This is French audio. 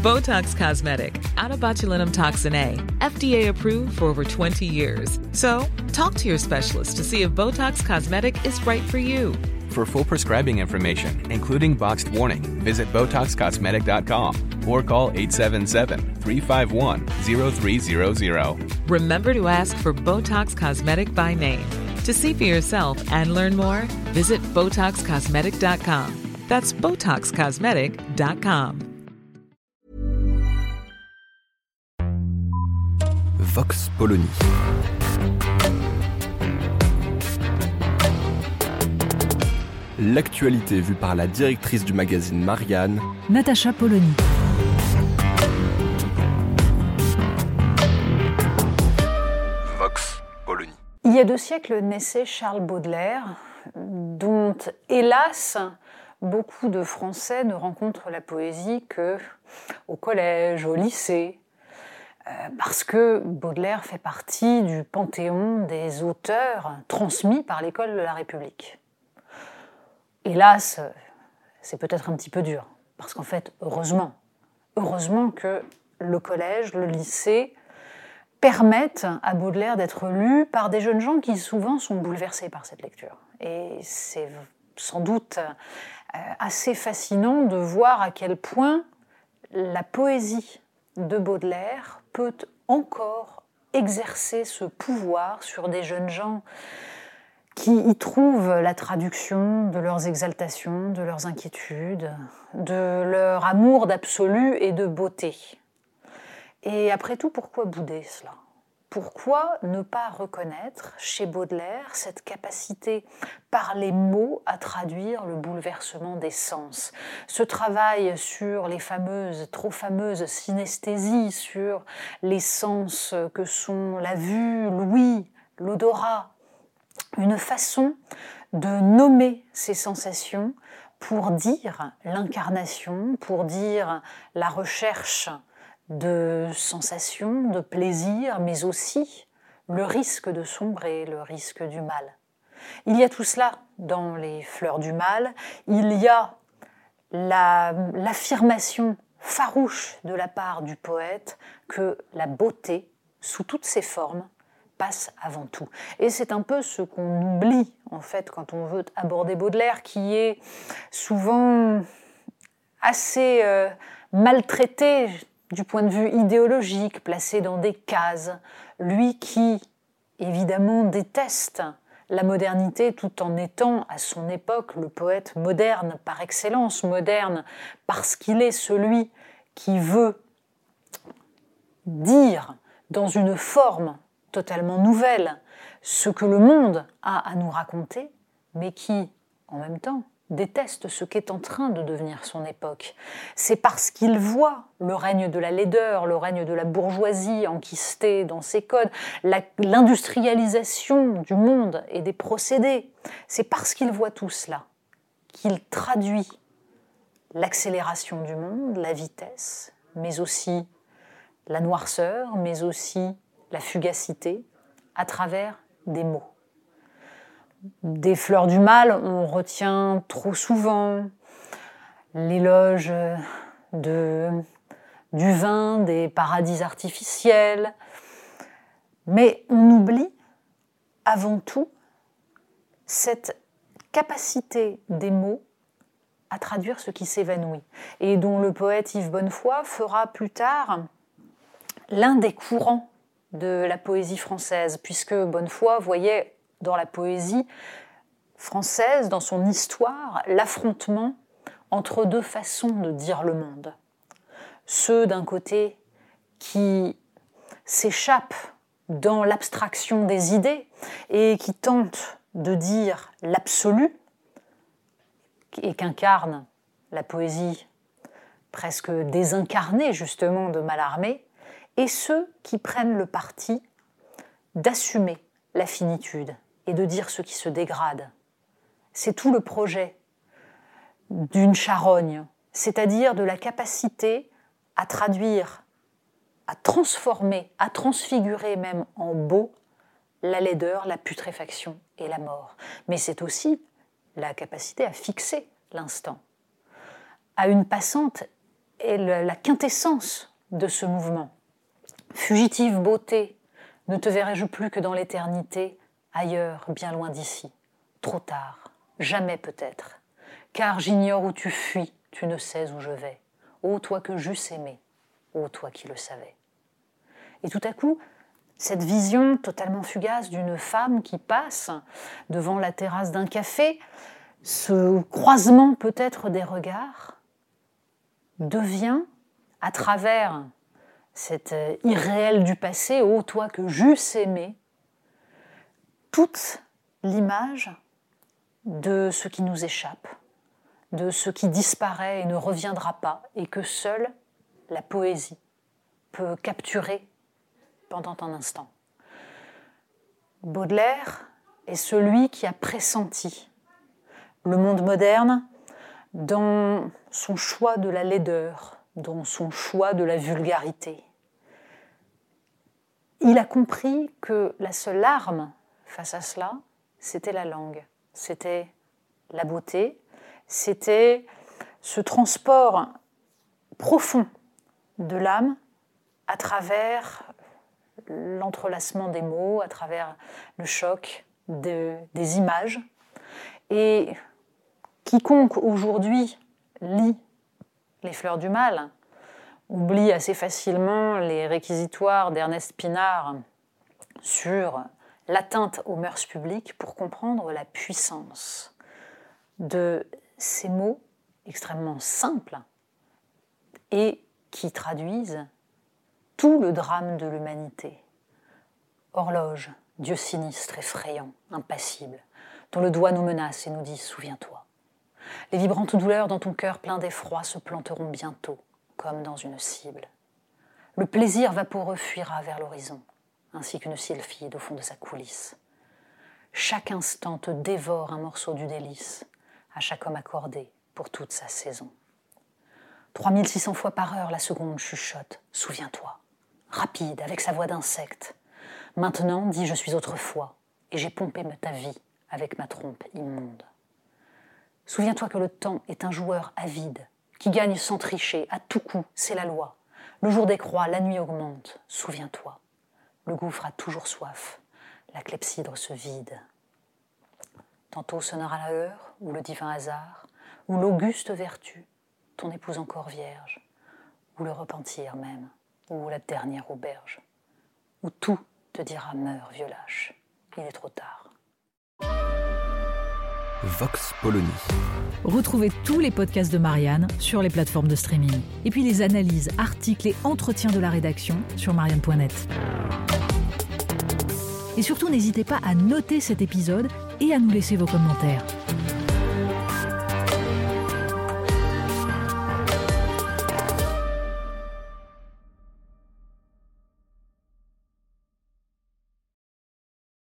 Botox Cosmetic, out of botulinum toxin A, FDA approved for over 20 years. So, talk to your specialist to see if Botox Cosmetic is right for you. For full prescribing information, including boxed warning, visit BotoxCosmetic.com or call 877-351-0300. Remember to ask for Botox Cosmetic by name. To see for yourself and learn more, visit BotoxCosmetic.com. That's BotoxCosmetic.com. Vox Polony. L'actualité vue par la directrice du magazine Marianne, Natacha Polony. Vox Polony. Il y a 2 siècles naissait Charles Baudelaire, dont, hélas, beaucoup de Français ne rencontrent la poésie qu'au collège, au lycée, parce que Baudelaire fait partie du panthéon des auteurs transmis par l'école de la République. Hélas, c'est peut-être un petit peu dur, parce qu'en fait, heureusement que le collège, le lycée permettent à Baudelaire d'être lu par des jeunes gens qui souvent sont bouleversés par cette lecture. Et c'est sans doute assez fascinant de voir à quel point la poésie de Baudelaire peut encore exercer ce pouvoir sur des jeunes gens qui y trouvent la traduction de leurs exaltations, de leurs inquiétudes, de leur amour d'absolu et de beauté. Et après tout, pourquoi bouder cela ? Pourquoi ne pas reconnaître chez Baudelaire cette capacité par les mots à traduire le bouleversement des sens ? Ce travail sur les trop fameuses synesthésies, sur les sens que sont la vue, l'ouïe, l'odorat, une façon de nommer ces sensations pour dire l'incarnation, pour dire la recherche de sensations, de plaisir, mais aussi le risque de sombrer, le risque du mal. Il y a tout cela dans les Fleurs du mal, il y a l'affirmation farouche de la part du poète que la beauté, sous toutes ses formes, passe avant tout. Et c'est un peu ce qu'on oublie, en fait, quand on veut aborder Baudelaire, qui est souvent assez maltraité du point de vue idéologique, placé dans des cases. Lui qui, évidemment, déteste la modernité tout en étant, à son époque, le poète moderne par excellence, moderne parce qu'il est celui qui veut dire dans une forme totalement nouvelle ce que le monde a à nous raconter, mais qui, en même temps, déteste ce qu'est en train de devenir son époque. C'est parce qu'il voit le règne de la laideur, le règne de la bourgeoisie enquistée dans ses codes, l'industrialisation du monde et des procédés. C'est parce qu'il voit tout cela qu'il traduit l'accélération du monde, la vitesse, mais aussi la noirceur, mais aussi la fugacité, à travers des mots. Des Fleurs du mal, on retient trop souvent l'éloge du vin, des paradis artificiels, mais on oublie avant tout cette capacité des mots à traduire ce qui s'évanouit, et dont le poète Yves Bonnefoy fera plus tard l'un des courants de la poésie française, puisque Bonnefoy voyait dans la poésie française, dans son histoire, l'affrontement entre 2 façons de dire le monde. Ceux d'un côté qui s'échappent dans l'abstraction des idées et qui tentent de dire l'absolu et qu'incarne la poésie presque désincarnée justement de Mallarmé, et ceux qui prennent le parti d'assumer la finitude et de dire ce qui se dégrade. C'est tout le projet d'une charogne, c'est-à-dire de la capacité à traduire, à transformer, à transfigurer même en beau la laideur, la putréfaction et la mort. Mais c'est aussi la capacité à fixer l'instant. À une passante est la quintessence de ce mouvement. Fugitive beauté, ne te verrai-je plus que dans l'éternité, ailleurs, bien loin d'ici. Trop tard, jamais peut-être, car j'ignore où tu fuis, tu ne sais où je vais. Ô toi que j'eusse aimé, ô toi qui le savais. Et tout à coup, cette vision totalement fugace d'une femme qui passe devant la terrasse d'un café, ce croisement peut-être des regards, devient, à travers cet irréel du passé, ô toi que j'eusse aimé, toute l'image de ce qui nous échappe, de ce qui disparaît et ne reviendra pas, et que seule la poésie peut capturer pendant un instant. Baudelaire est celui qui a pressenti le monde moderne dans son choix de la laideur, dans son choix de la vulgarité. Il a compris que la seule arme face à cela, c'était la langue, c'était la beauté, c'était ce transport profond de l'âme à travers l'entrelacement des mots, à travers le choc des images. Et quiconque aujourd'hui lit Les Fleurs du Mal oublie assez facilement les réquisitoires d'Ernest Pinard sur l'atteinte aux mœurs publiques pour comprendre la puissance de ces mots extrêmement simples et qui traduisent tout le drame de l'humanité. Horloge, Dieu sinistre, effrayant, impassible, dont le doigt nous menace et nous dit « Souviens-toi ». Les vibrantes douleurs dans ton cœur plein d'effroi se planteront bientôt, comme dans une cible. Le plaisir vaporeux fuira vers l'horizon, ainsi qu'une sylphide au fond de sa coulisse. Chaque instant te dévore un morceau du délice, à chaque homme accordé pour toute sa saison. 3600 fois par heure, la seconde chuchote, souviens-toi, rapide, avec sa voix d'insecte. Maintenant, dis je suis autrefois, et j'ai pompé ta vie avec ma trompe immonde. Souviens-toi que le temps est un joueur avide, qui gagne sans tricher, à tout coup, c'est la loi. Le jour décroît, la nuit augmente, souviens-toi. Le gouffre a toujours soif, la clepsydre se vide. Tantôt sonnera la heure, ou le divin hasard, ou l'auguste vertu, ton épouse encore vierge, ou le repentir même, ou la dernière auberge, où tout te dira meurs, vieux lâche, il est trop tard. Vox Polony. Retrouvez tous les podcasts de Marianne sur les plateformes de streaming. Et puis les analyses, articles et entretiens de la rédaction sur marianne.net. Et surtout, n'hésitez pas à noter cet épisode et à nous laisser vos commentaires.